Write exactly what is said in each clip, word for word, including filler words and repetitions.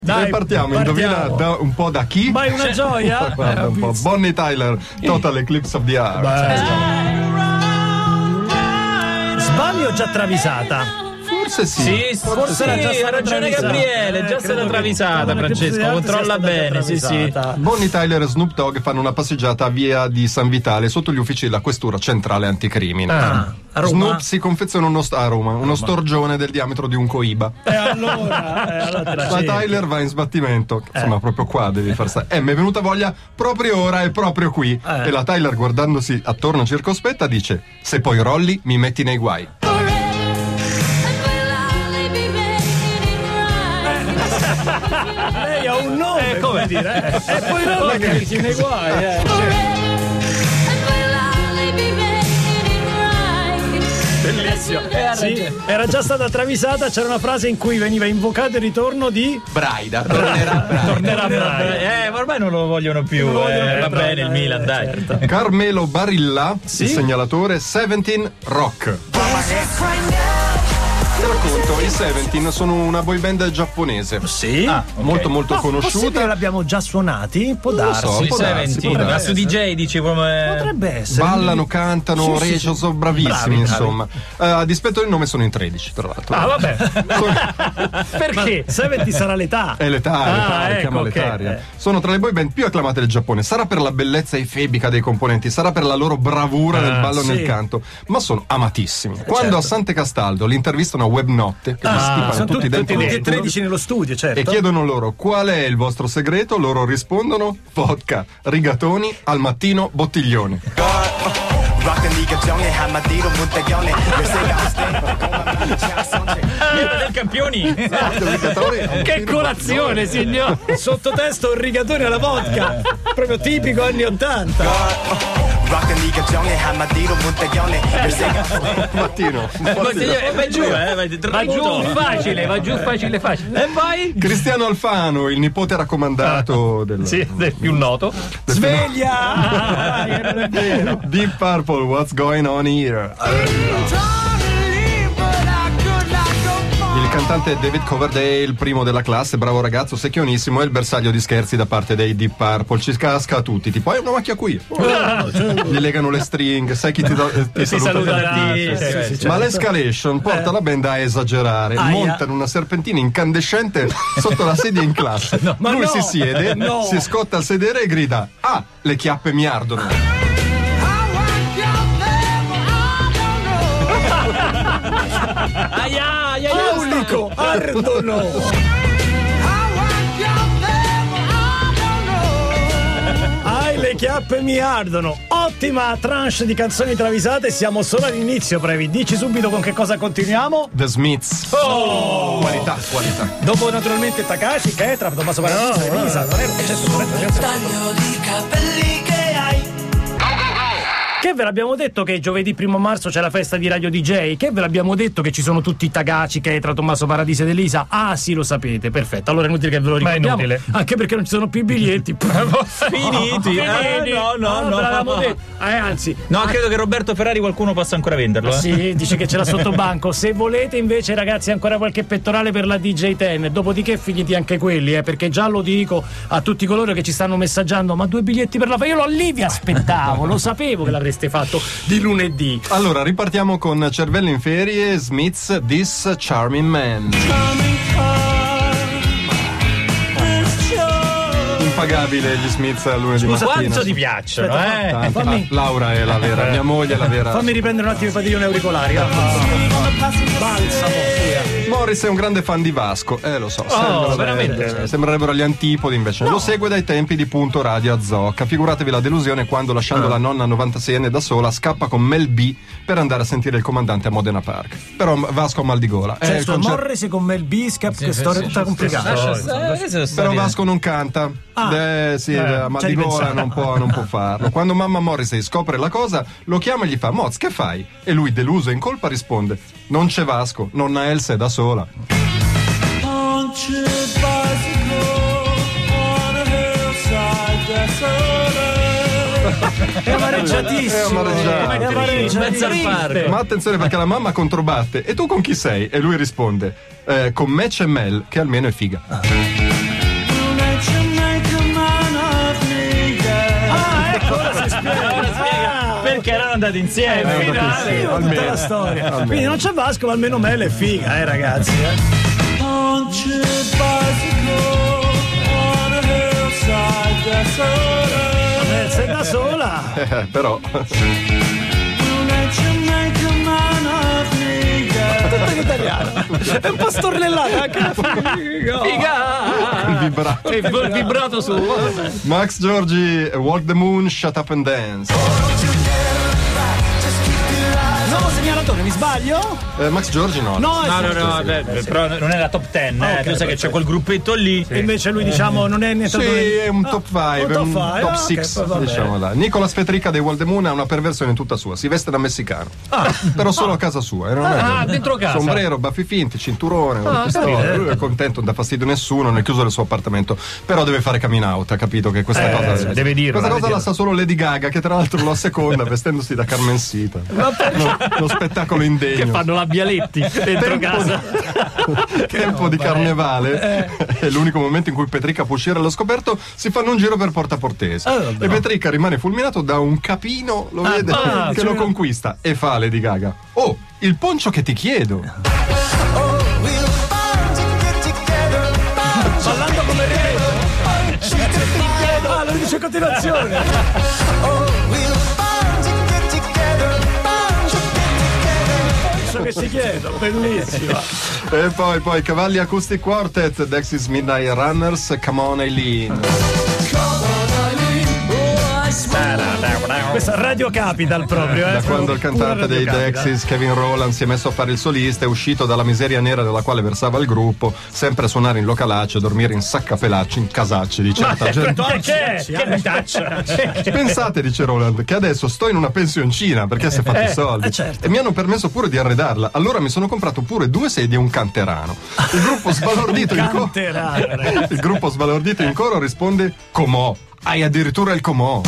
Dai, partiamo, indovina da, un po' da chi? Vai, una gioia. Guarda un po'. Bonnie Tyler, Total Eclipse of the Heart. Sbaglio o già travisata? Forse sì. Sì, forse, forse sì, era già ha ragione Gabriele, eh, già stata travisata, Francesco, controlla bene, sì, sì. Bonnie Tyler e Snoop Dogg fanno una passeggiata a via di San Vitale sotto gli uffici della questura centrale anticrimine. Ah, a Roma? Snoop si confeziona uno st- a Roma, uno Roma. storgione del diametro di un coiba. E allora, eh, allora la Tyler va in sbattimento, insomma, eh. proprio qua devi far stare. Eh, mi è venuta voglia proprio ora e proprio qui. Eh. E la Tyler, guardandosi attorno circospetta, dice: se poi rolli, mi metti nei guai. Lei ha un nome, eh, come dire, eh. E poi non è che ci nei guai, eh. Bellissimo. Eh, sì, era già stata travisata, c'era una frase in cui veniva invocato il ritorno di Braida. Tornerà Braida. Tornerà Braida. Eh, ormai non lo vogliono più. Lo vogliono eh, va bene Braida, il Milan, dai. Certo. Carmelo Barilla, sì? Il segnalatore, Seventeen Rock. Ti racconto, i Seventeen sono una boy band giapponese. Sì, ah, okay. molto molto no, conosciuta. L'abbiamo già suonati, può darsi. So, i può Seventeen, ma su D J dici come potrebbe essere. Ballano, cantano, sì, recitano, sì, sono bravissimi, bravi, insomma. Bravi. Uh, a dispetto del nome sono in tredici, tra l'altro. Ah, vabbè. Perché? Seventeen sarà l'età. È l'età, è l'età, ah, ecco, chiama okay. l'etaria. Sono tra le boy band più acclamate del Giappone. Sarà per la bellezza efebica dei componenti, sarà per la loro bravura ah, nel ballo e sì. nel canto, ma sono amatissimi. Quando certo. a Sante Castaldo li intervistano a Web Notte, che Ah, sono tutti, tutti, tutti dentro tredici nello studio, certo. E chiedono loro qual è il vostro segreto, loro rispondono: vodka, rigatoni, al mattino bottiglioni. del campioni. Che colazione, signor. Sottotesto rigatoni alla vodka, proprio tipico anni ottanta. Mattino, vai giù, eh, vai, va giù facile, va giù facile, facile. E vai. Cristiano Alfano, il nipote raccomandato del, sì, del più noto. Del sveglia. Ah, non è vero. Deep Purple, What's Going On Here? Il cantante David Coverdale, primo della classe, bravo ragazzo, secchionissimo, è il bersaglio di scherzi da parte dei Deep Purple. Ci casca a tutti, tipo, hai una macchia qui. Gli legano le stringhe, sai chi ti, da, ti si saluta? saluta sì, sì, sì, certo. Ma l'escalation porta eh. la band a esagerare. Aia. Montano una serpentina incandescente sotto la sedia in classe. No, Lui no. si siede, no. si scotta al sedere e grida: ah, le chiappe mi ardono. Aia, aia, Aulico, ardono. Ai, le chiappe mi ardono. Ottima tranche di canzoni travisate, siamo solo all'inizio, Previ. Dici subito con che cosa continuiamo? The Smiths. Oh! Qualità, qualità. Dopo naturalmente Takashi, Ketra, Tommaso Paradisi, no, Elisa, non ero che taglio di capelli che hai. Che ve l'abbiamo detto che giovedì primo marzo c'è la festa di Radio D J? Che ve l'abbiamo detto che ci sono tutti i Tagaci, Ketra, Tommaso Paradisi ed Elisa? Ah sì, lo sapete, perfetto. Allora è inutile che ve lo ricordiamo. Ma è inutile. Anche perché non ci sono più i biglietti. Finiti. Eh, no, no, no. no. Detto. Eh, anzi. No, ah, credo che Roberto Ferrari qualcuno possa ancora venderlo. Eh? Sì, dice che ce l'ha sotto banco. Se volete invece, ragazzi, ancora qualche pettorale per la D J dieci. Dopodiché finiti anche quelli, eh, perché già lo dico a tutti coloro che ci stanno messaggiando. Ma due biglietti per la festa? Io lo lì vi aspettavo, lo sapevo che l'avreste fatto di lunedì. Allora ripartiamo con Cervello in ferie, Smiths, This Charming Man. Impagabile gli Smiths lunedì Scusa, mattina. Quanto ti piacciono, eh? Tanti, fammi... Laura è la vera, mia moglie è la vera. Fammi riprendere un attimo i padiglioni auricolari. Ah. Balsamo. Morris è un grande fan di Vasco, eh lo so, oh, veramente. Eh, sembrerebbero gli antipodi invece. No. Lo segue dai tempi di Punto Radio a Zocca. Figuratevi la delusione quando, lasciando uh. la nonna novantaseienne da sola, scappa con Mel B per andare a sentire il comandante a Modena Park. Però Vasco ha mal di gola. Cioè, eh, concert... Morris con Mel B, scappa, sì, che storia sì, tutta sì, complicata. Sì, sì, sì. Però Vasco non canta. Ah. Eh, sì, eh, mal di gola non può, non può farlo. Quando mamma Morrissey scopre la cosa, lo chiama e gli fa: Moz, che fai? E lui, deluso e in colpa, risponde: non c'è Vasco, nonna Elsa è da sola. È amareggiatissimo, è amareggiato. Ma attenzione, perché la mamma controbatte: e tu con chi sei? E lui risponde: eh, con me c'è Mel, che almeno è figa. andate insieme. Eh, finale, sì, tutta almeno. la storia. Almeno. Quindi non c'è Vasco, ma almeno Mele è figa, eh, ragazzi. Eh. Vabbè, sei da sola. Eh, però. Tutta in italiano. È un po' stornellata anche la figa. Il vibrato. E il vibrato su. Max Giorgi, Walk the Moon, Shut Up and Dance. Nuovo segnalatore, mi sbaglio? Eh, Max Giorgi no. No, No, no, esatto, no, sì. beh, però non è la top ten, Ah, eh. ok, Tu sai che perfetto. c'è quel gruppetto lì. E invece lui, diciamo, non è niente. Sì, è un top un cinque, top un five, top ah, ok, sei, poi vabbè. diciamo là. Nicolas Petrica dei Walk the Moon ha una perversione tutta sua, si veste da messicano. Però solo a casa sua. E non è Ah, vero. dentro casa. Sombrero, baffi finti, cinturone, una pistola. Lui è contento, non dà fastidio a nessuno, nel chiuso del suo appartamento. Però deve fare coming out, ha capito che questa Eh, cosa. deve dirlo, Questa deve cosa la dirlo. sa solo Lady Gaga, che tra l'altro lo asseconda vestendosi da Carmen Sita. Lo, lo spettacolo indegno. Che fanno labialetti dentro casa. Tempo di carnevale è l'unico momento in cui Petrica può uscire allo scoperto. Si fanno un giro per Porta Portese Ah, vabbè. e Petrica rimane fulminato da un capino, lo vede, ah, che cioè- lo conquista e fa Lady Gaga: oh, il poncio che ti chiedo. Ballando come ripeto. Ah, lo dice in continuazione. Penso che si chiedo, bellissima. E poi poi Cavalli Acoustic Quartet, Dexys Midnight Runners, Come On Eileen. Questa Radio Capital proprio, eh. Da quando il cantante dei Capital. Dexys, Kevin Rowland, si è messo a fare il solista, è uscito dalla miseria nera nella quale versava il gruppo, sempre a suonare in localaccio, a dormire in saccapelacci, in casacci di certa gente. Che che vitaccia. Pensate, dice Roland, che adesso sto in una pensioncina perché si è fatto i soldi eh, certo. e mi hanno permesso pure di arredarla. Allora mi sono comprato pure due sedie e un canterano. Il gruppo sbalordito in coro. Canterano. Il gruppo sbalordito in coro risponde: comò. Hai addirittura il comò.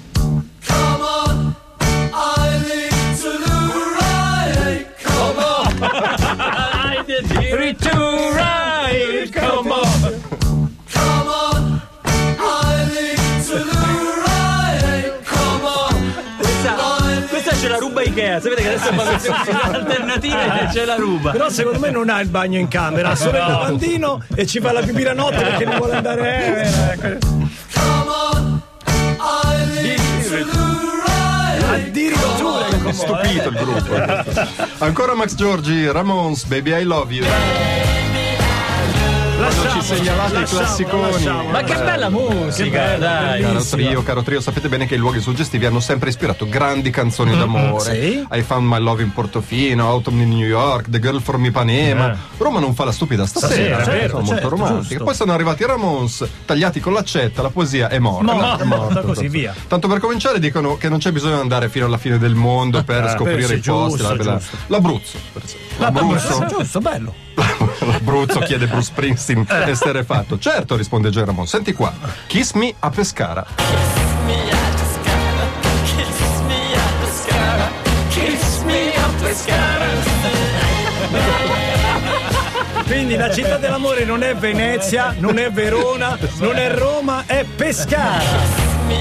Come on. Questa, questa ce la ruba Ikea. Sapete che adesso fa queste alternative e ce la ruba. Però secondo me non ha il bagno in camera, ha solo il lavandino e ci fa la pipì la notte perché non vuole andare. Eh, eh. Addirittura È stupito il gruppo. Ancora Max Giorgi, Ramones, Baby I Love You. Quando ci segnalate i classiconi. Ma che bella musica, dai. Caro trio, caro trio, sapete bene che i luoghi suggestivi hanno sempre ispirato grandi canzoni d'amore. sì. I Found My Love in Portofino, Autumn in New York, The Girl from Ipanema. Eh. Roma non fa la stupida stasera, Stasera, eh, vero, sono molto certo, romantiche. giusto. Poi sono arrivati i Ramones, tagliati con l'accetta, la poesia è morta. Morta, È morta, così, via. Tanto per cominciare dicono che non c'è bisogno di andare fino alla fine del mondo per scoprire beh, sì, i posti. giusto, la bella- giusto. L'Abruzzo, per esempio. L'Abruzzo. Giusto, bello. L'Abruzzo chiede Bruce Springsteen esterefatto. Certo, risponde Geramon. Senti qua. Kiss me a Pescara. Quindi la città dell'amore non è Venezia, non è Verona, non è Roma, è Pescara.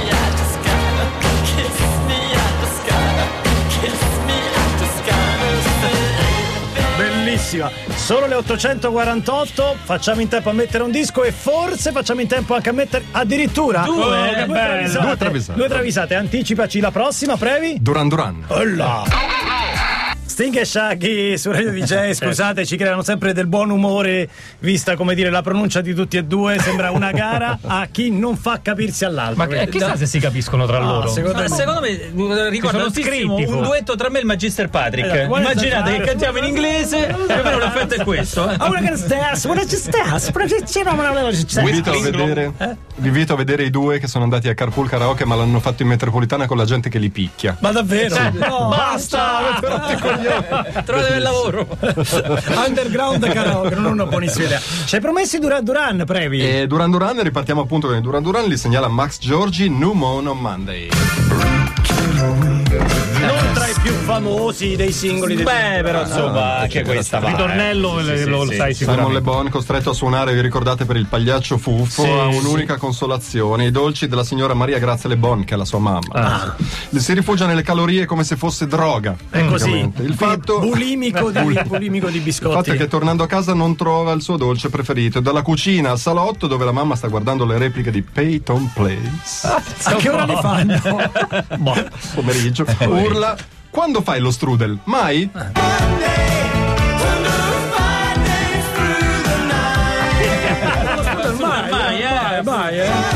Bellissima. Solo le ottocentoquarantotto, facciamo in tempo a mettere un disco e forse facciamo in tempo anche a mettere addirittura Due, eh, che bello. travisate. Due travisate. Due travisate. Anticipaci la prossima, Previ. Duran Duran. Olla. Sting e Shaggy su Radio D J, scusate, ci creano sempre del buon umore, vista come dire la pronuncia di tutti e due, sembra una gara a chi non fa capirsi all'altro. Ma che- chissà se si capiscono tra loro. secondo Ma me- secondo me eh, ricorda sono tantissimo scritti, un poi. duetto tra me e il Magister Patrick. Esatto, guarda Immaginate sta- che cantiamo in inglese e più o meno l'effetto è questo. eh. I wanna get stairs, wanna just stairs, wanna just stairs. Vi invito, a vedere, vi invito a vedere i due che sono andati a Carpool Karaoke, ma l'hanno fatto in metropolitana con la gente che li picchia. Ma davvero? No, Basta! Trovate il lavoro. Underground karaoke, non ho una buonissima idea. Ci hai promessi Duran Duran, Previ? E Duran Duran, ripartiamo appunto con i Duran Duran, li segnala Max Giorgi, New Moon on Monday. Non tra i più famosi dei singoli del Beh, però insomma, anche questa va. Ritornello eh. lo, Sì, lo sì, sai sì. sicuramente. Simon Le Bon, costretto a suonare, vi ricordate, per il pagliaccio Fuffo, Sì, ha un'unica consolazione: i dolci della signora Maria Grazia Le Bon, che è la sua mamma. Ah. Si rifugia nelle calorie come se fosse droga. È così. praticamente. Il fatto, bulimico di, bulimico di il biscotti. fatto è che tornando a casa non trova il suo dolce preferito. Dalla cucina al salotto, dove la mamma sta guardando le repliche di Peyton Place, A che ora li fanno? Boh. pomeriggio, urla: quando fai lo strudel? Mai? Ormai, eh, Vai, eh.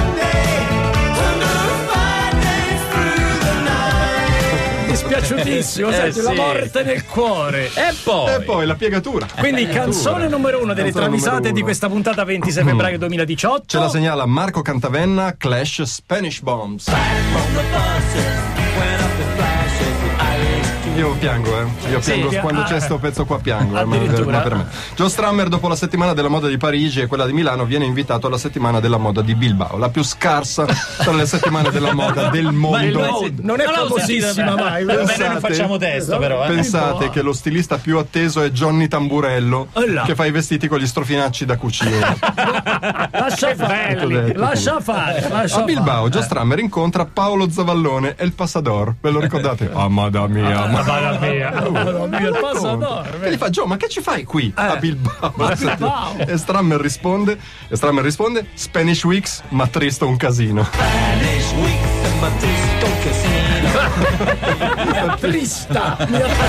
Dispiaciutissimo, Eh, senti, la sì. morte nel cuore. E poi. E poi la piegatura. Quindi canzone numero uno delle Canzone travisate numero di uno. questa puntata ventisei febbraio duemiladiciotto. Ce la segnala Marco Cantavenna, Clash, Spanish Bombs. Io piango, eh. Io Sì, piango ti- quando ah, c'è sto pezzo qua piango, eh, ma, addirittura. ma per me. Joe Strummer, dopo la settimana della moda di Parigi e quella di Milano, viene invitato alla settimana della moda di Bilbao, la più scarsa tra le settimane della moda del mondo. No, non è Non l'avevo famosissima sentita, mai. Beh, noi non Pensate- facciamo testo, però. Eh. Pensate che lo stilista più atteso è Johnny Tamburello, Oh là. che fa i vestiti con gli strofinacci da cucina. Lascia fare, detto, lascia fare, lascia A Bilbao, fare. Joe Strummer incontra Paolo Zavallone e il Passador. Ve lo ricordate? Ah, madà mia, ma Vada via. Madonna mia, il passador. E gli fa: Joe, ma che ci fai qui a Bilbao? Bilbao. E Strummer risponde: e Strummer risponde: Spanish Weeks, ma tristo un casino. Trista.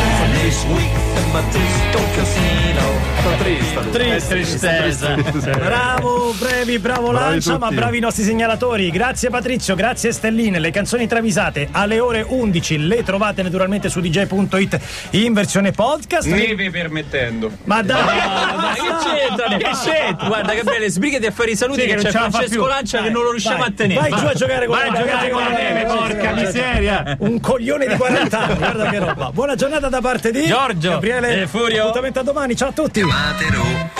Triste, tristezza. Bravo, brevi, bravo Bravi Lancia, tutti. ma bravi i nostri segnalatori. Grazie Patrizio, grazie Stelline. Le canzoni travisate alle ore undici le trovate naturalmente su d j punto it in versione podcast. Neve permettendo. Ma dai, Ma che c'entra? Che c'entra? Guarda, Gabriele, sbrigati a fare i saluti, Sì, che che c'è non ce la fa Francesco più. Lancia che non lo riusciamo vai, a tenere. vai giù a giocare con Vai la a giocare con la neve, porca miseria. Un coglione di quaranta anni, guarda che roba. Buona giornata da parte di Giorgio Gabriele e Furio. Appuntamento a domani, ciao a tutti. Chiamatelo